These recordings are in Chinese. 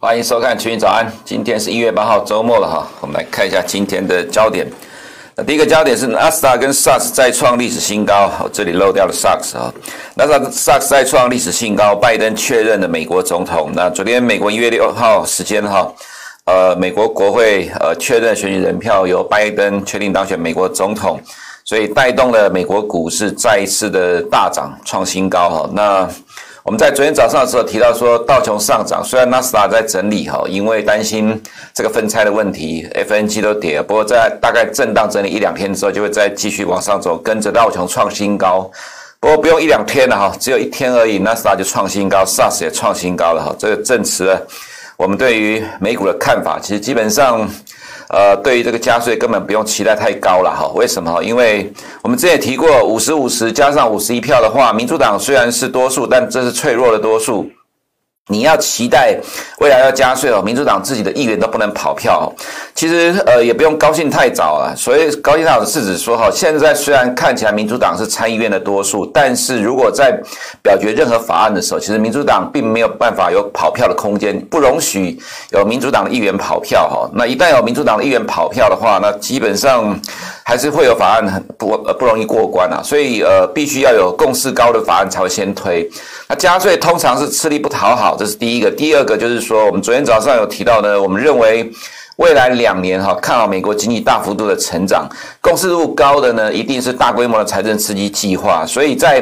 欢迎收看群益早安。今天是1月8号周末了哈，我们来看一下今天的焦点。第一个焦点是纳斯达克跟 SARS 再创历史新高，这里漏掉了 SARS 啊。纳斯达克 SARS 再创历史新高，拜登确任了美国总统。那昨天美国1月6号时间哈，美国国会确认选举人票由拜登确定当选美国总统，所以带动了美国股市再一次的大涨创新高哈。那我们在昨天早上的时候提到说，道琼上涨，虽然纳斯达克在整理哈，因为担心这个分拆的问题 ，FNG 都跌了，不过在大概震荡整理1-2天之后，就会再继续往上走，跟着道琼创新高。不过不用1-2天了哈，只有1天而已，纳斯达克就创新高 ，SARS 也创新高了哈，这个证实了我们对于美股的看法，其实基本上。对于这个加税根本不用期待太高了哈，为什么？因为我们之前也提过，50-50加上51票的话，民主党虽然是多数，但这是脆弱的多数。你要期待未来要加税哦，民主党自己的议员都不能跑票哦。其实也不用高兴太早了。所以高兴太早是指说哈，现在虽然看起来民主党是参议院的多数，但是如果在表决任何法案的时候，其实民主党并没有办法有跑票的空间，不容许有民主党的议员跑票哈。那一旦有民主党的议员跑票的话，那基本上还是会有法案不容易过关啊。所以必须要有共识高的法案才会先推。那加税通常是吃力不讨好。这是第一个，第二个就是说，我们昨天早上有提到呢，我们认为未来2年哈，看好美国经济大幅度的成长，共识度高的呢，一定是大规模的财政刺激计划。所以在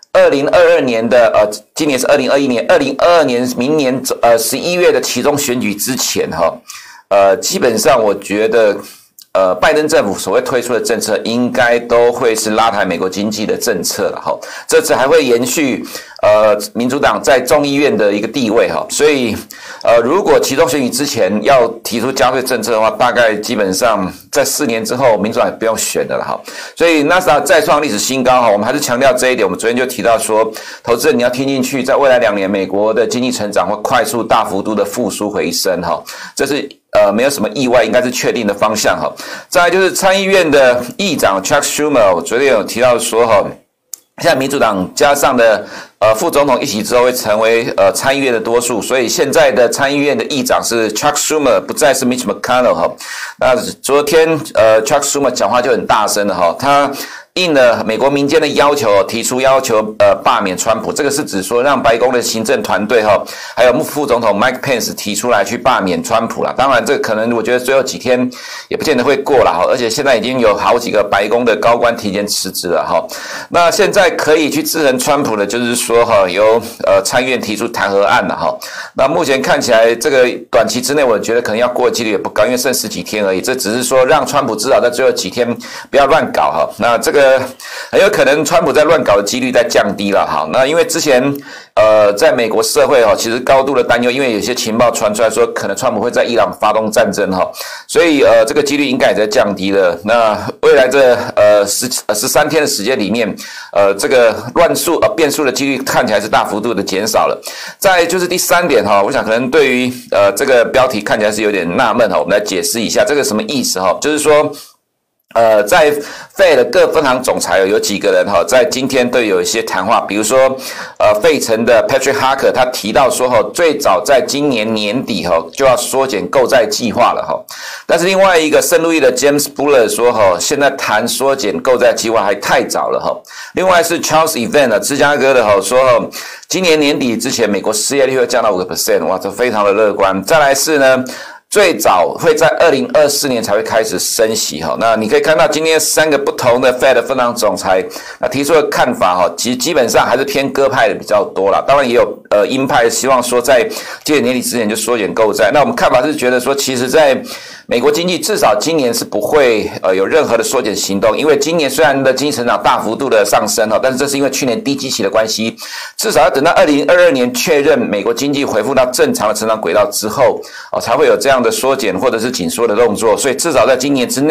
2022年的今年是2021年，2022年明年11月的期中选举之前哈，基本上我觉得。拜登政府所谓推出的政策，应该都会是拉抬美国经济的政策了哈。这次还会延续民主党在众议院的一个地位哈。所以如果期中选举之前要提出加税政策的话，大概基本上在4年之后，民主党也不用选的了哈。所以纳斯达克再创历史新高哈，我们还是强调这一点。我们昨天就提到说，投资人你要听进去，在未来2年，美国的经济成长会快速大幅度的复苏回升哈，这是。没有什么意外，应该是确定的方向哈。再来就是参议院的议长 Chuck Schumer， 我昨天有提到说哈，现在民主党加上的副总统一起之后会成为参议院的多数，所以现在的参议院的议长是 Chuck Schumer， 不再是 Mitch McConnell 哈。那昨天Chuck Schumer 讲话就很大声了哈，他。应了美国民间的要求，提出要求罢免川普，这个是指说让白宫的行政团队哈，还有副总统 Mike Pence 提出来去罢免川普啦。当然，这个可能我觉得最后几天也不见得会过啦哈，而且现在已经有好几个白宫的高官提前辞职了哈。那现在可以去制衡川普的，就是说哈，由参议院提出弹劾案了哈。那目前看起来，这个短期之内，我觉得可能要过的几率也不高，因为剩10几天而已。这只是说让川普至少在最后几天不要乱搞哈。那这个。很有可能川普在乱搞的几率在降低了哈。那因为之前在美国社会其实高度的担忧，因为有些情报传出来说可能川普会在伊朗发动战争哈，所以这个几率应该也在降低了。那未来这13天的时间里面，这个变数的几率看起来是大幅度的减少了。再来就是第3点哈，我想可能对于这个标题看起来是有点纳闷哈，我们来解释一下这个什么意思哈，就是说。在 Fed 的各分行总裁有几个人哈，在今天都有一些谈话，比如说费城的 Patrick Harker 他提到说哈，最早在今年年底哈就要缩减购债计划了哈，但是另外一个圣路易的 James Buller 说哈，现在谈缩减购债计划还太早了哈。另外是 Charles Evans 芝加哥的哈说哈，今年年底之前美国失业率会降到 5%， 哇，这非常的乐观。再来是呢。最早会在2024年才会开始升息哈，那你可以看到今天3个不同的 Fed 分行总裁提出的看法哈，基本上还是偏鸽派的比较多啦，当然也有鹰派希望说在今年年底之前就缩减购债。那我们看法是觉得说，其实在美国经济至少今年是不会有任何的缩减行动，因为今年虽然的经济成长大幅度的上升哈，但是这是因为去年低基期的关系，至少要等到2022年确认美国经济恢复到正常的成长轨道之后才会有这样的缩减或者是紧缩的动作，所以至少在今年之内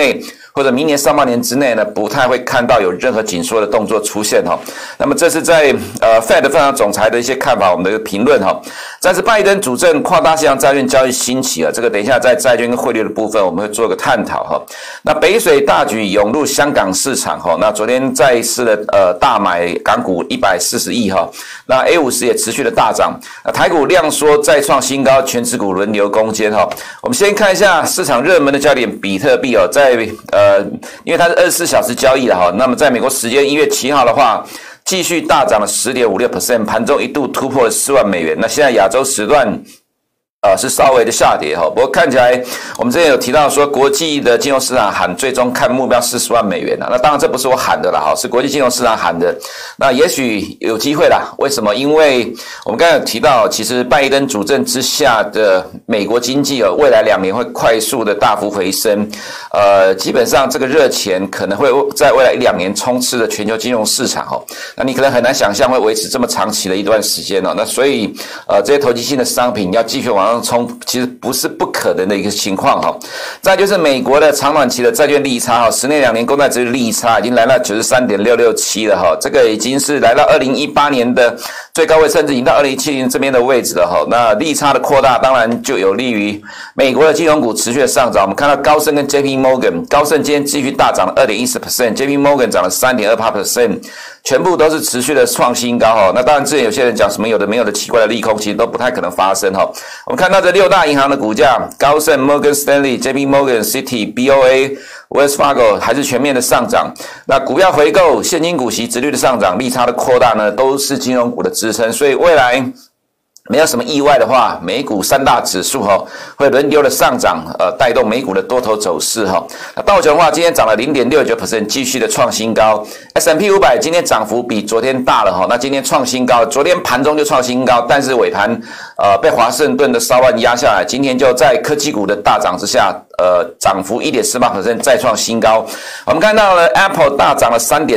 或者明年上半年之内呢，不太会看到有任何紧缩的动作出现哈。那么这是在Fed 分行总裁的一些看法，我们的一个评论哈。但是拜登主政扩大西洋债券交易兴起这个等一下在债券跟汇率的部分我们会做个探讨哈。那北水大举涌入香港市场哈，那昨天再一次的大买港股140亿哈，那 A50 也持续的大涨，台股量缩再创新高，全指股轮流攻坚哈。我们先看一下市场热门的焦点比特币在因为它是24小时交易的哈，那么在美国时间1月7号的话，继续大涨了 10.56%， 盘中一度突破了4万美元。那现在亚洲时段是稍微的下跌哈，不过看起来我们之前有提到说，国际的金融市场喊最终看目标40万美元那当然这不是我喊的啦哈，是国际金融市场喊的。那也许有机会啦，为什么？因为我们刚才有提到，其实拜登主政之下的美国经济未来2年会快速的大幅回升，基本上这个热钱可能会在未来1-2年充斥的全球金融市场那你可能很难想象会维持这么长期的一段时间那所以这些投机性的商品要继续往上冲，其实不是不可能的一个情况再就是美国的长短期的债券利差10年2年公债殖利率利差已经来到 93.667 了这个已经是来到2018年的最高位，甚至已经到2017年这边的位置了那利差的扩大当然就有利于美国的金融股持续的上涨。我们看到高盛跟 JP Morgan， 高盛今天继续大涨了 2.10%， JP Morgan 涨了 3.28%， 全部都是持续的创新高那当然之前有些人讲什么有的没有的奇怪的利空，其实都不太可能发生我们看到这6大银行的股价，高盛、Morgan Stanley、JP Morgan、Citi、BOA、Wells Fargo 还是全面的上涨。那股票回购、现金股息、殖利率的上涨、利差的扩大呢，都是金融股的支撑。所以未来没有什么意外的话，美股3大指数会轮流的上涨，带动美股的多头走势那道琼的话，今天涨了 0.69%， 继续的创新高。S&P 500今天涨幅比昨天大了那今天创新高，昨天盘中就创新高，但是尾盘被华盛顿的骚乱压下来，今天就在科技股的大涨之下，涨幅 1.48% 再创新高。我们看到了 Apple 大涨了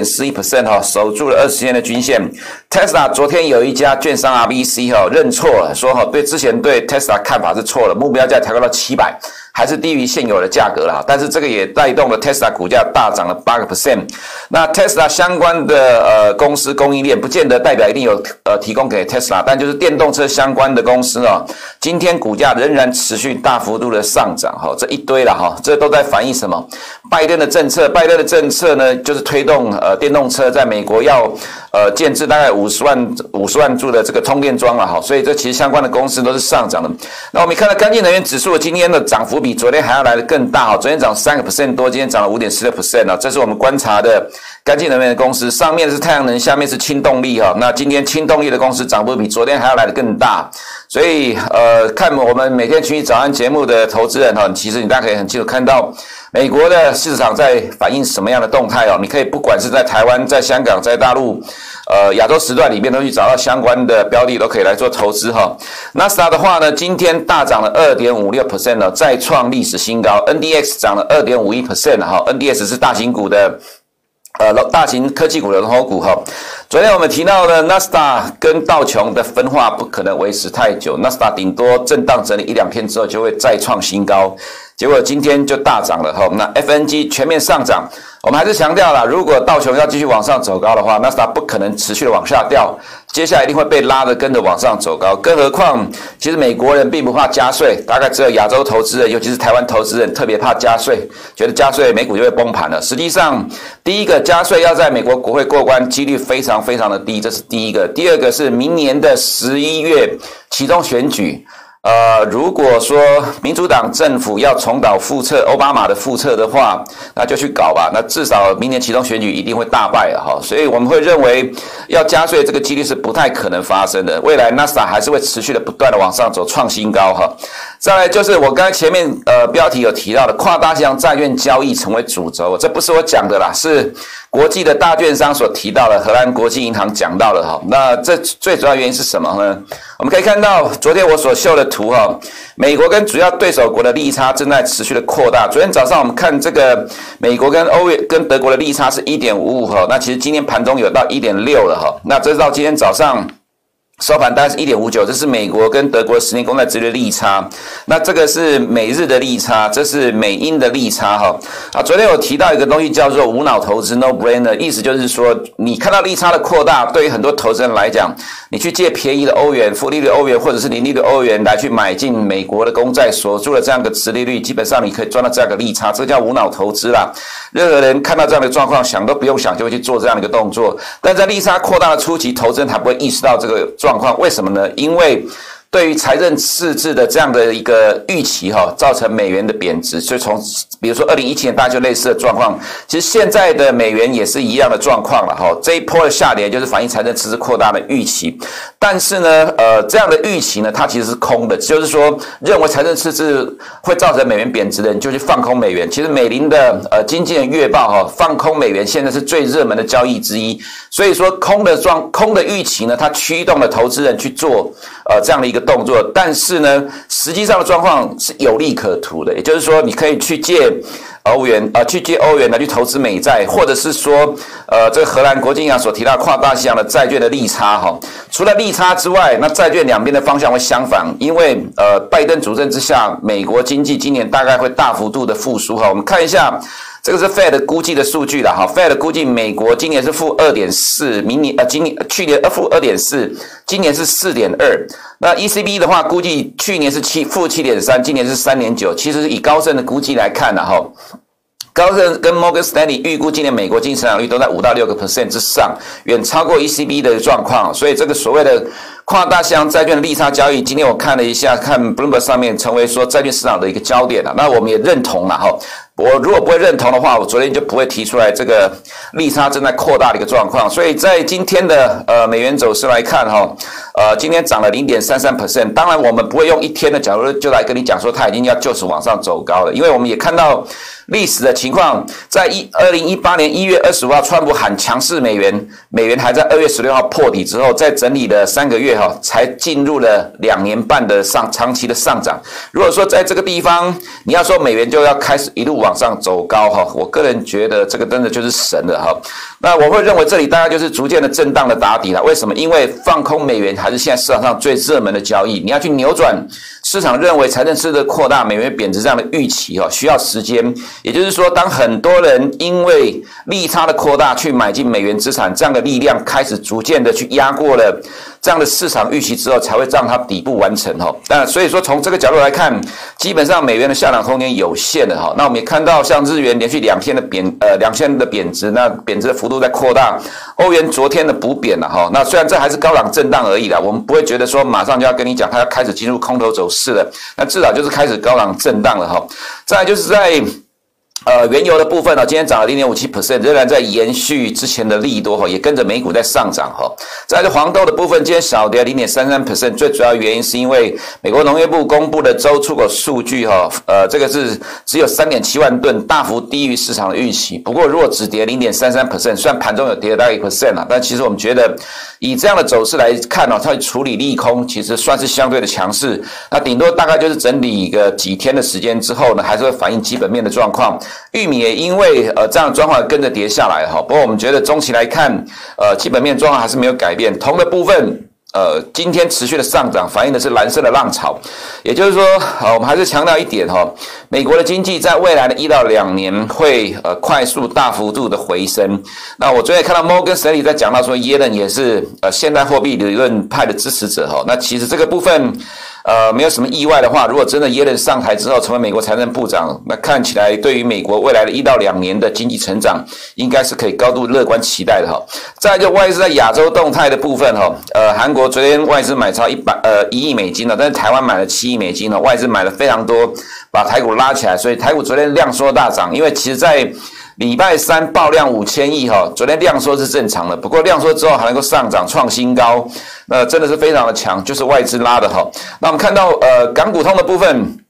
3.41% 守住了20天的均线。Tesla 昨天有一家券商 RBC 认错了，说对之前对 Tesla 看法是错了，目标价调高到700，还是低于现有的价格啦。但是这个也带动了 Tesla 股价大涨了 8%。那 Tesla 相关的公司供应链不见得代表一定有提供给 Tesla， 但就是电动车相关的公司今天股价仍然持续大幅度的上涨这一堆啦这都在反映什么？拜登的政策呢，就是推动电动车在美国要建置大概50万柱的这个充电桩了所以这其实相关的公司都是上涨的。那我们看到干净能源指数今天的涨幅比昨天还要来得更大昨天涨 3% 多，今天涨了 5.46%这是我们观察的干净能源的公司，上面是太阳能，下面是氢动力那今天氢动力的公司涨幅比昨天还要来得更大。所以看我们每天群益早安节目的投资人其实你大家可以很清楚看到美国的市场在反映什么样的动态你可以不管是在台湾、在香港、在大陆亚洲时段里面都去找到相关的标的，都可以来做投资纳斯达的话呢，今天大涨了 2.56% 再创历史新高。 NDX 涨了 2.51% NDX 是大型股的大型科技股的龙头股昨天我们提到的纳斯达跟道琼的分化不可能维持太久，纳斯达顶多震荡整理1-2天之后就会再创新高，结果今天就大涨了那 FNG 全面上涨。我们还是强调了，如果道琼要继续往上走高的话，纳斯达不可能持续的往下掉，接下来一定会被拉着跟着往上走高。更何况其实美国人并不怕加税，大概只有亚洲投资人尤其是台湾投资人特别怕加税，觉得加税美股就会崩盘了。实际上第一个，加税要在美国国会过关几率非常非常的低，这是第一个。第二个是明年的11月期中选举，如果说民主党政府要重蹈覆辙，奥巴马的覆辙的话，那就去搞吧。那至少明年期中选举一定会大败了所以我们会认为要加税这个几率是不太可能发生的。未来纳斯达还是会持续的不断的往上走，创新高再来就是我刚才前面标题有提到的跨大西洋债券交易成为主轴，这不是我讲的啦，是国际的大券商所提到的，荷兰国际银行讲到的那这最主要原因是什么呢？我们可以看到昨天我所秀的图美国跟主要对手国的利差正在持续的扩大。昨天早上我们看这个美国跟德国的利差是 1.55 那其实今天盘中有到 1.6 了那这是到今天早上收盘大概是 1.59， 这是美国跟德国10年公债殖利率利差。那这个是美日的利差，这是美英的利差哈。昨天有提到一个东西叫做无脑投资 no brainer， 意思就是说你看到利差的扩大，对于很多投资人来讲，你去借便宜的欧元、负利率欧元或者是零利率欧元来去买进美国的公债锁住了这样的殖利率，基本上你可以赚到这样的利差，这叫无脑投资啦。任何人看到这样的状况，想都不用想就会去做这样的一个动作。但在利差扩大的初期，投资人还不会意识到这个状况，为什么呢？因为对于财政赤字的这样的一个预期造成美元的贬值，所以从比如说2017年大概就类似的状况，其实现在的美元也是一样的状况了这一波的下跌就是反映财政赤字扩大的预期，但是呢这样的预期呢它其实是空的，就是说认为财政赤字会造成美元贬值的人就去放空美元。其实美林的经纪人月报放空美元现在是最热门的交易之一，所以说空的预期呢它驱动了投资人去做这样的一个动作，但是呢实际上的状况是有利可图的，也就是说你可以去借欧元来去投资美债，或者是说这个荷兰国际银行所提到跨大西洋的债券的利差除了利差之外，那债券两边的方向会相反，因为拜登主政之下，美国经济今年大概会大幅度的复苏我们看一下。这个是 Fed 估计的数据啦，Fed 估计美国今年是负 2.4， 去年负 2.4， 今年是 4.2。那 ECB 的话估计去年是负 7.3， 今年是 3.9。其实以高盛的估计来看高盛跟 Morgan Stanley 预估今年美国经济成长率都在5到6% 之上，远超过 ECB 的状况，所以这个所谓的跨大西洋债券的利差交易，今天我看了一下，看 Bloomberg 上面成为说债券市场的一个焦点那我们也认同了我如果不会认同的话，我昨天就不会提出来这个利差正在扩大的一个状况。所以在今天的美元走势来看今天涨了 0.33%。当然我们不会用一天的角度就来跟你讲说它已经要就此往上走高了，因为我们也看到历史的情况，在2018年1月25号川普喊强势美元，美元还在2月16号破底之后，再整理了3个月才进入了2年半的长期的上涨。如果说在这个地方你要说美元就要开始一路往上走高我个人觉得这个真的就是神了那我会认为这里大概就是逐渐的震荡的打底了。为什么？因为放空美元还是现在市场上最热门的交易，你要去扭转市场认为财政赤字的扩大、美元贬值这样的预期需要时间。也就是说，当很多人因为利差的扩大去买进美元资产，这样的力量开始逐渐的去压过了这样的市场预期之后，才会让它底部完成那所以说从这个角度来看，基本上美元的下档空间有限的那我们也看到像日元连续2天的贬值，那贬值的幅度在扩大。欧元昨天的补贬了那虽然这还是高档震荡而已啦，我们不会觉得说马上就要跟你讲它要开始进入空头走势了，那至少就是开始高档震荡了再来就是在原油的部分今天涨了 0.57%， 仍然在延续之前的利多也跟着美股在上涨再来黄豆的部分，今天小跌 0.33%， 最主要原因是因为美国农业部公布的周出口数据这个是只有 3.7 万吨，大幅低于市场的预期。不过如果只跌 0.33%， 虽然盘中有跌了大概 1% 但其实我们觉得以这样的走势来看它处理利空其实算是相对的强势，那顶多大概就是整理一个几天的时间之后呢，还是会反映基本面的状况。玉米也因为这样的状况跟着跌下来不过我们觉得中期来看基本面状况还是没有改变。铜的部分今天持续的上涨，反映的是蓝色的浪潮。也就是说我们还是强调一点美国的经济在未来的1到2年会快速大幅度的回升。那我昨天看到 Morgan Stanley 在讲到说耶伦也是现代货币理论派的支持者那其实这个部分没有什么意外的话，如果真的耶伦上台之后成为美国财政部长，那看起来对于美国未来的1到2年的经济成长应该是可以高度乐观期待的再来就外资在亚洲动态的部分韩国昨天外资买超1亿美金但是台湾买了7亿美金外资买了非常多，把台股拉起来，所以台股昨天量缩大涨。因为其实在礼拜三爆量5000亿昨天量缩是正常的，不过量缩之后还能够上涨创新高，那真的是非常的强，就是外资拉的那我们看到港股通的部分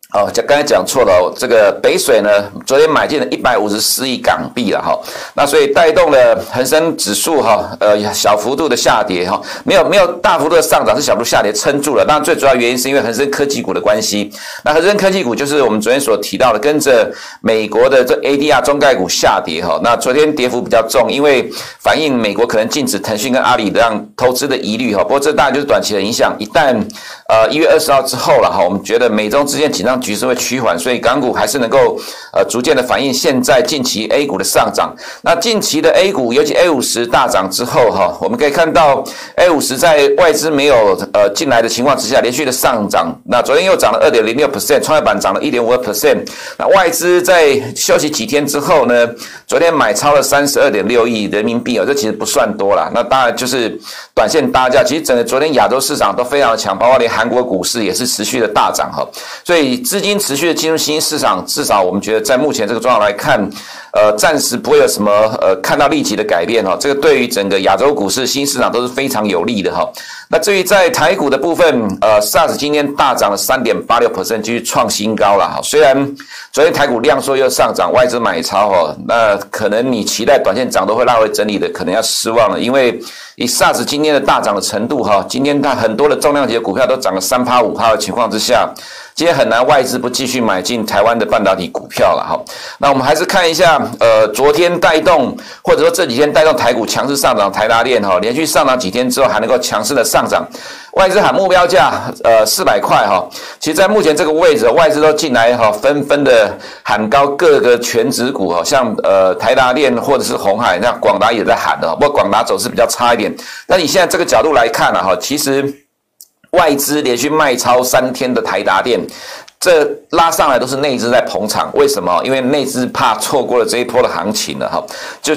刚才讲错了哦，这个北水呢，昨天买进了154亿港币了哈，那所以带动了恒生指数小幅度的下跌哈，没有大幅度的上涨，是小幅度下跌撑住了。当然最主要原因是因为恒生科技股的关系，那恒生科技股就是我们昨天所提到的，跟着美国的这 ADR 中概股下跌哈，那昨天跌幅比较重，因为反映美国可能禁止腾讯跟阿里这样投资的疑虑哈，不过这当然就是短期的影响，一旦1月20号之后了哈，我们觉得美中之间紧张局势会趋缓，所以港股还是能够逐渐的反映现在近期 A 股的上涨。那近期的 A 股，尤其 A50 大涨之后哈，我们可以看到 A50 在外资没有进来的情况之下，连续的上涨。那昨天又涨了 2.06%， 创业板涨了 1.52%。那外资在休息几天之后呢，昨天买超了32.6亿人民币这其实不算多啦。那当然就是短线搭价，其实整个昨天亚洲市场都非常的强，包括连韩国股市也是持续的大涨哈。所以资金持续的进入新兴市场，至少我们觉得在目前这个状况来看，暂时不会有什么看到立即的改变哈。这个对于整个亚洲股市新市场都是非常有利的哈。那至于在台股的部分，SARS 今天大涨了 3.86%， 继续创新高了哈。虽然昨天台股量缩又上涨，外资买超哈，那可能你期待短线涨都会拉回整理的，可能要失望了，因为以 SARS 今天的大涨的程度哈，今天它很多的重量级的股票都涨了 3%、5% 的情况之下，今天很难外资不继续买进台湾的半导体股票了哈。那我们还是看一下昨天带动或者说这几天带动台股强势上涨台达电哈，连续上涨几天之后还能够强势的上涨，外资喊目标价400块哈。其实在目前这个位置，外资都进来哈，纷纷的喊高各个全指股哈，像台达电或者是鸿海，那广达也在喊的，不过广达走势比较差一点。那你现在这个角度来看哈，其实外资连续卖超3天的台达电，这拉上来都是内资在捧场，为什么？因为内资怕错过了这一波的行情了哈，就是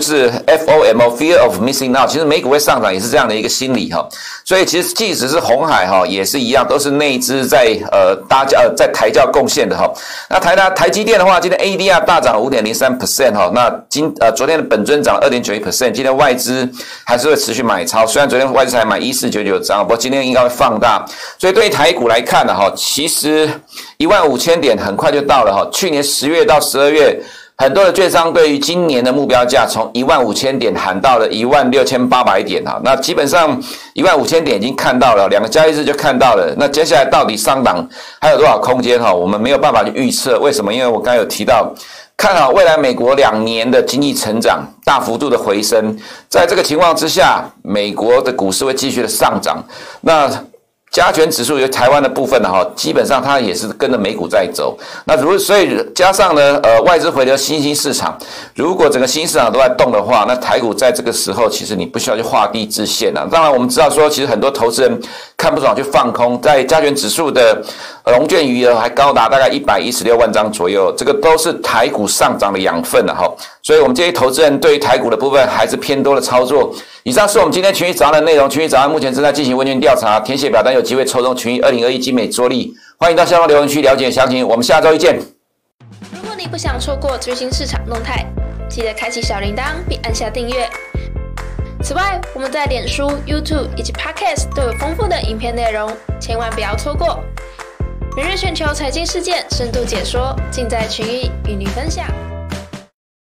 FOMO Fear of Missing Out， 其实美股会上涨也是这样的一个心理哈，所以其实即使是鸿海哈也是一样，都是内资在在抬轿贡献的哈。那台积电的话，今天 ADR 大涨 5.03% 哈，那昨天的本尊涨 2.91%， 今天外资还是会持续买超，虽然昨天外资才买1499张，不过今天应该会放大，所以对于台股来看呢哈，其实15000点很快就到了哈，去年10月到12月，很多的券商对于今年的目标价从15000点喊到了16800点哈，那基本上15000点已经看到了，2个交易日就看到了，那接下来到底上档还有多少空间哈，我们没有办法去预测，为什么？因为我刚才有提到，看好未来美国2年的经济成长大幅度的回升，在这个情况之下，美国的股市会继续的上涨，那加权指数有台湾的部分哈，基本上它也是跟着美股在走。那所以加上呢，外资回流新兴市场，如果整个新兴市场都在动的话，那台股在这个时候其实你不需要去画地自限了。当然我们知道说，其实很多投资人看不爽去放空，在加权指数的融券余额还高达大概116万张左右，这个都是台股上涨的养分了哈。所以我们这些投资人对于台股的部分还是偏多的操作。以上是我们今天群益早安的内容，群益早安目前正在进行问卷调查，填写表单有机会抽中群益2021精美桌历，欢迎到下方留言区了解详情。我们下周一见。 如果你不想错过最新市场动态，记得开启小铃铛并按下订阅。此外，我们在脸书、YouTube 以及 Podcast 都有丰富的影片内容，千万不要错过。每日全球财经事件深度解说，尽在群益与你分享。